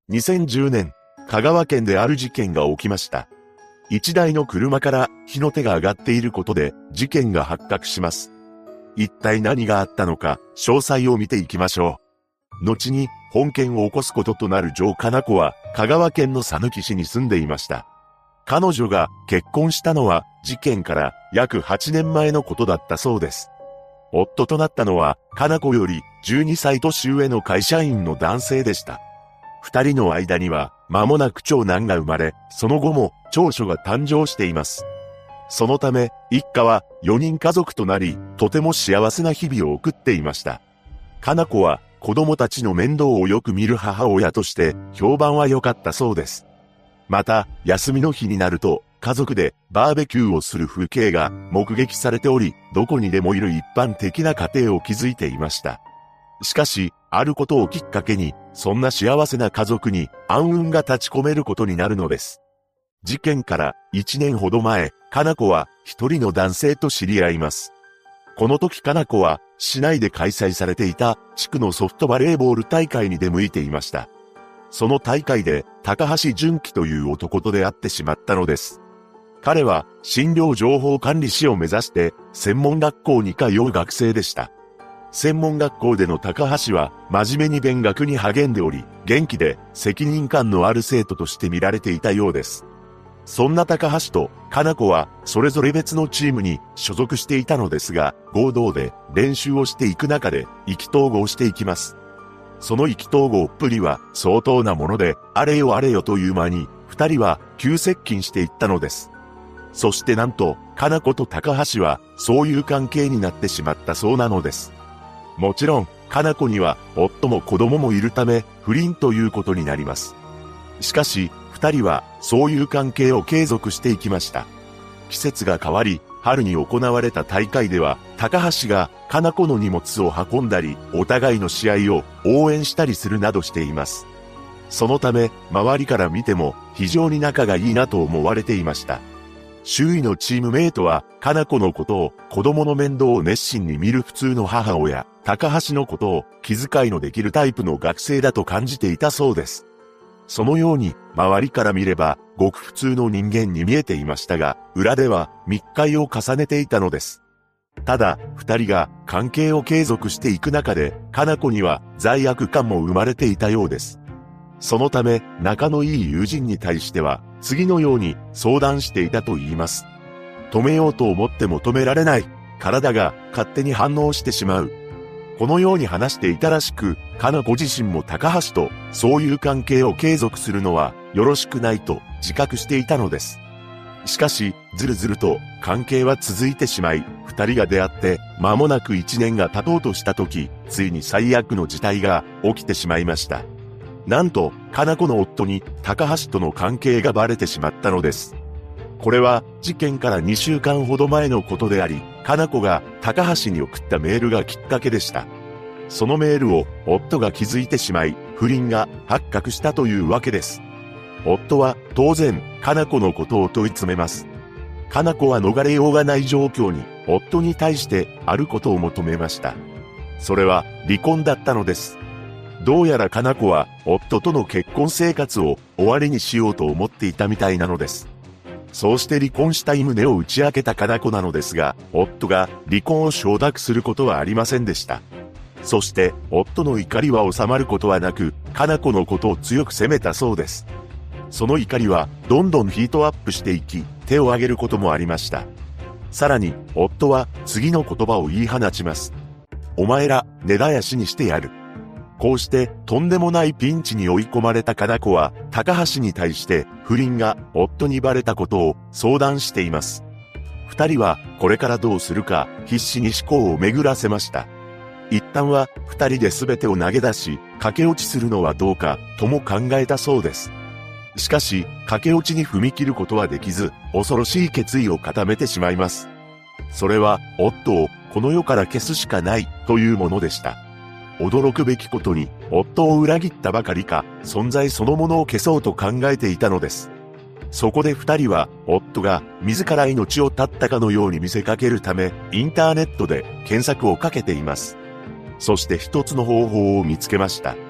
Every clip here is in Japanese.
2010年、香川県である事件が起きました。一台の車から火の手が上がっていることで事件が発覚します。一体何があったのか、詳細を見ていきましょう。後に本件を起こすこととなる城かな子は香川県のさぬき市に住んでいました。彼女が結婚したのは事件から約8年前のことだったそうです。夫となったのはかな子より12歳年上の会社員の男性でした。二人の間には間もなく長男が生まれ、その後も長女が誕生しています。そのため一家は4人家族となり、とても幸せな日々を送っていました。かな子は子供たちの面倒をよく見る母親として評判は良かったそうです。また、休みの日になると家族でバーベキューをする風景が目撃されており、どこにでもいる一般的な家庭を築いていました。しかし、あることをきっかけに、そんな幸せな家族に暗雲が立ち込めることになるのです。事件から1年ほど前、かな子は一人の男性と知り合います。この時かな子は市内で開催されていた地区のソフトバレーボール大会に出向いていました。その大会で高橋純喜という男と出会ってしまったのです。彼は診療情報管理士を目指して専門学校に通う学生でした。専門学校での高橋は真面目に勉学に励んでおり、元気で責任感のある生徒として見られていたようです。そんな高橋とかな子はそれぞれ別のチームに所属していたのですが、合同で練習をしていく中で意気投合していきます。その意気投合っぷりは相当なもので、あれよあれよという間に二人は急接近していったのです。そしてなんと、かな子と高橋はそういう関係になってしまったそうなのです。もちろん、かな子には夫も子供もいるため不倫ということになります。しかし、二人はそういう関係を継続していきました。季節が変わり、春に行われた大会では、高橋がかな子の荷物を運んだり、お互いの試合を応援したりするなどしています。そのため、周りから見ても非常に仲がいいなと思われていました。周囲のチームメイトは、かな子のことを子供の面倒を熱心に見る普通の母親、高橋のことを気遣いのできるタイプの学生だと感じていたそうです。そのように周りから見ればごく普通の人間に見えていましたが、裏では密会を重ねていたのです。ただ、二人が関係を継続していく中で、かな子には罪悪感も生まれていたようです。そのため、仲のいい友人に対しては、次のように相談していたと言います。止めようと思っても止められない。体が勝手に反応してしまう。このように話していたらしく、かな子自身も高橋とそういう関係を継続するのはよろしくないと自覚していたのです。しかし、ずるずると関係は続いてしまい、二人が出会って間もなく1年が経とうとした時、ついに最悪の事態が起きてしまいました。なんと、かな子の夫に高橋との関係がバレてしまったのです。これは事件から2週間ほど前のことであり、かな子が高橋に送ったメールがきっかけでした。そのメールを夫が気づいてしまい、不倫が発覚したというわけです。夫は当然、かな子のことを問い詰めます。かな子は逃れようがない状況に、夫に対してあることを求めました。それは離婚だったのです。どうやらかな子は夫との結婚生活を終わりにしようと思っていたみたいなのです。そうして離婚したい旨を打ち明けたかな子なのですが、夫が離婚を承諾することはありませんでした。そして、夫の怒りは収まることはなく、かな子のことを強く責めたそうです。その怒りは、どんどんヒートアップしていき、手を挙げることもありました。さらに、夫は次の言葉を言い放ちます。お前ら、根絶やしにしてやる。こうして、とんでもないピンチに追い込まれたかな子は、高橋に対して、不倫が夫にバレたことを相談しています。二人は、これからどうするか、必死に思考を巡らせました。一旦は、二人で全てを投げ出し、駆け落ちするのはどうか、とも考えたそうです。しかし、駆け落ちに踏み切ることはできず、恐ろしい決意を固めてしまいます。それは、夫をこの世から消すしかない、というものでした。驚くべきことに、夫を裏切ったばかりか、存在そのものを消そうと考えていたのです。そこで二人は、夫が自ら命を絶ったかのように見せかけるため、インターネットで検索をかけています。そして一つの方法を見つけました。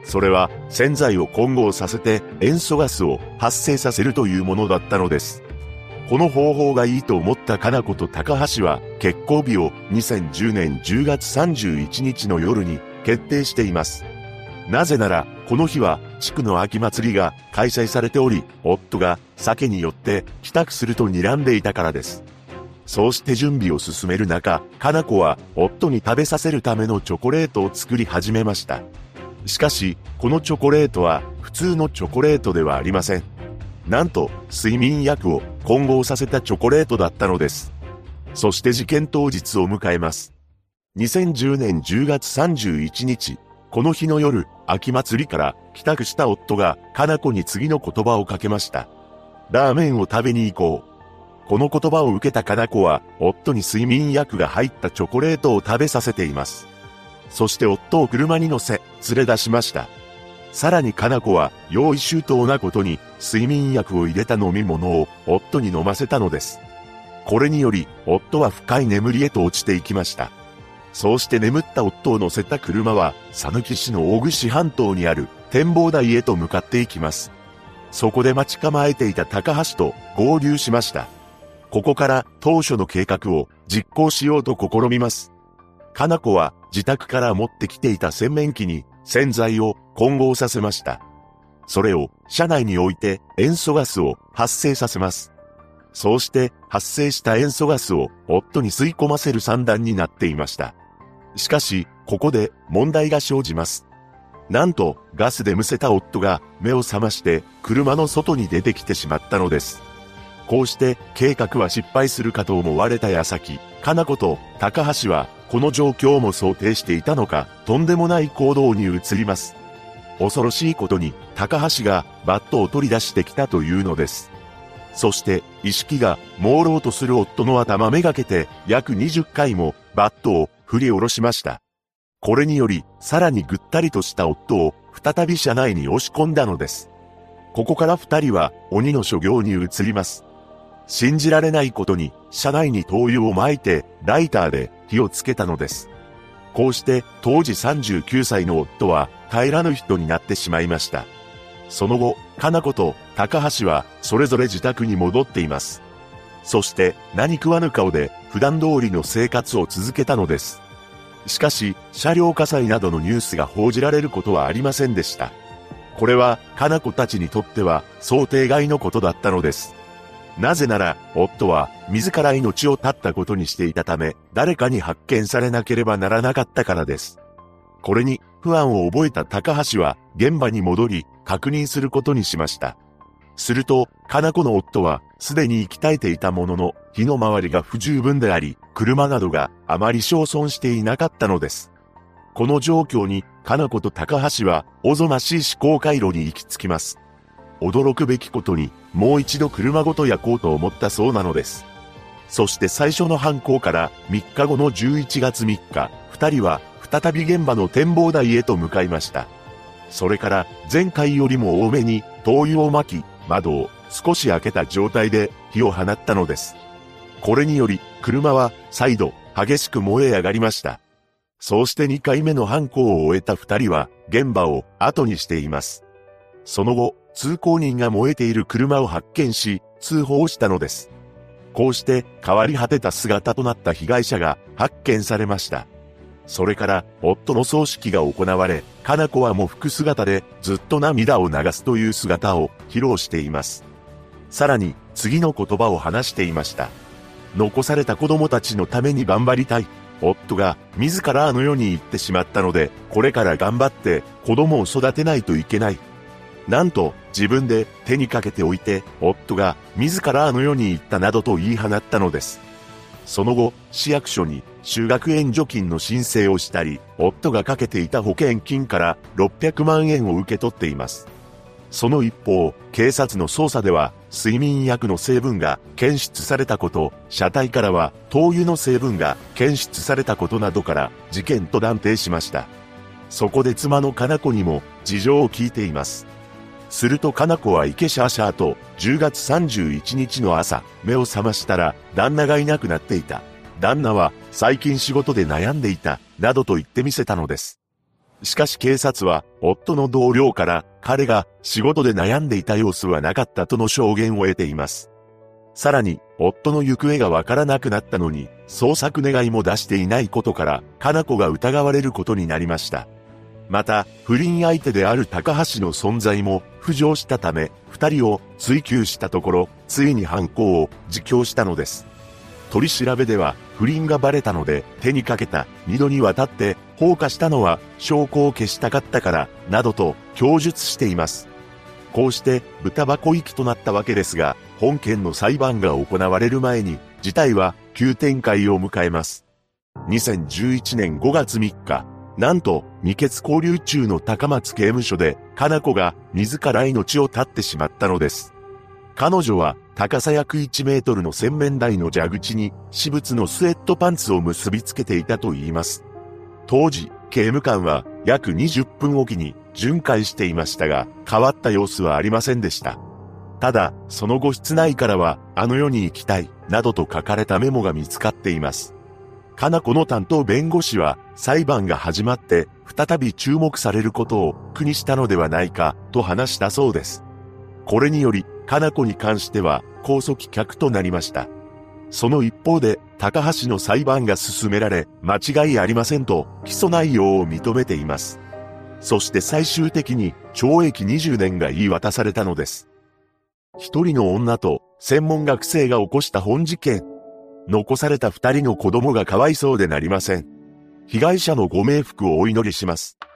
それは洗剤を混合させて塩素ガスを発生させるというものだったのです。この方法がいいと思ったかな子と高橋は結婚日を2010年10月31日の夜に決定しています。なぜなら、この日は地区の秋祭りが開催されており、夫が酒によって帰宅すると睨んでいたからです。そうして準備を進める中、かな子は夫に食べさせるためのチョコレートを作り始めました。しかし、このチョコレートは普通のチョコレートではありません。なんと、睡眠薬を混合させたチョコレートだったのです。そして事件当日を迎えます。2010年10月31日、この日の夜、秋祭りから帰宅した夫が、かな子に次の言葉をかけました。ラーメンを食べに行こう。この言葉を受けたかな子は、夫に睡眠薬が入ったチョコレートを食べさせています。そして夫を車に乗せ、連れ出しました。さらにかな子は、用意周到なことに、睡眠薬を入れた飲み物を夫に飲ませたのです。これにより、夫は深い眠りへと落ちていきました。そうして眠った夫を乗せた車は、讃岐市の大串半島にある展望台へと向かっていきます。そこで待ち構えていた高橋と合流しました。ここから当初の計画を実行しようと試みます。かな子は自宅から持ってきていた洗面器に洗剤を混合させました。それを車内に置いて塩素ガスを発生させます。そうして発生した塩素ガスを夫に吸い込ませる算段になっていました。しかし、ここで問題が生じます。なんと、ガスでむせた夫が目を覚まして車の外に出てきてしまったのです。こうして計画は失敗するかと思われた矢先、かな子と高橋はこの状況も想定していたのか、とんでもない行動に移ります。恐ろしいことに、高橋がバットを取り出してきたというのです。そして、意識が朦朧とする夫の頭めがけて、約20回もバットを振り下ろしました。これにより、さらにぐったりとした夫を再び車内に押し込んだのです。ここから二人は鬼の所業に移ります。信じられないことに、車内に灯油を撒いて、ライターで火をつけたのです。こうして、当時39歳の夫は、帰らぬ人になってしまいました。その後、かな子と高橋は、それぞれ自宅に戻っています。そして、何食わぬ顔で、普段通りの生活を続けたのです。しかし、車両火災などのニュースが報じられることはありませんでした。これは、かな子たちにとっては、想定外のことだったのです。なぜなら、夫は、自ら命を絶ったことにしていたため、誰かに発見されなければならなかったからです。これに、不安を覚えた高橋は、現場に戻り、確認することにしました。すると、かな子の夫は、すでに息絶えていたものの、火の回りが不十分であり、車などがあまり焼損していなかったのです。この状況に、かな子と高橋は、おぞましい思考回路に行き着きます。驚くべきことに、もう一度車ごと焼こうと思ったそうなのです。そして最初の犯行から3日後の11月3日、二人は再び現場の展望台へと向かいました。それから前回よりも多めに灯油をまき、窓を少し開けた状態で火を放ったのです。これにより車は再度激しく燃え上がりました。そうして2回目の犯行を終えた二人は現場を後にしています。その後、通行人が燃えている車を発見し、通報したのです。こうして変わり果てた姿となった被害者が発見されました。それから夫の葬式が行われ、かな子は喪服姿でずっと涙を流すという姿を披露しています。さらに次の言葉を話していました。残された子供たちのために頑張りたい。夫が自らあの世に行ってしまったので、これから頑張って子供を育てないといけない。なんと自分で手にかけておいて、夫が自らあの世に行ったなどと言い放ったのです。その後、市役所に就学援助金の申請をしたり、夫がかけていた保険金から600万円を受け取っています。その一方、警察の捜査では、睡眠薬の成分が検出されたこと、車体からは灯油の成分が検出されたことなどから事件と断定しました。そこで妻のかな子にも事情を聞いています。するとかな子はイケシャーシャーと10月31日の朝、目を覚ましたら旦那がいなくなっていた。旦那は最近仕事で悩んでいた、などと言ってみせたのです。 しかし警察は、夫の同僚から、彼が仕事で悩んでいた様子はなかったとの証言を得ています。さらに、夫の行方がわからなくなったのに、捜索願いも出していないことから、かな子が疑われることになりました。また、不倫相手である高橋の存在も浮上したため、二人を追及したところ、ついに犯行を自供したのです。取り調べでは、不倫がバレたので、手にかけた、二度にわたって放火したのは、証拠を消したかったから、などと供述しています。こうして、豚箱行きとなったわけですが、本件の裁判が行われる前に、事態は急展開を迎えます。2011年5月3日、なんと、未決勾留中の高松刑務所で、かな子が自ら命を絶ってしまったのです。彼女は、高さ約1メートルの洗面台の蛇口に、私物のスウェットパンツを結びつけていたといいます。当時、刑務官は、約20分おきに巡回していましたが、変わった様子はありませんでした。ただ、その後室内からは、あの世に行きたい、などと書かれたメモが見つかっています。かな子の担当弁護士は、裁判が始まって、再び注目されることを苦にしたのではないか、と話したそうです。これにより、かな子に関しては、控訴棄却となりました。その一方で、高橋の裁判が進められ、間違いありませんと、起訴内容を認めています。そして最終的に、懲役20年が言い渡されたのです。一人の女と、専門学生が起こした本事件。残された二人の子供がかわいそうでなりません。被害者のご冥福をお祈りします。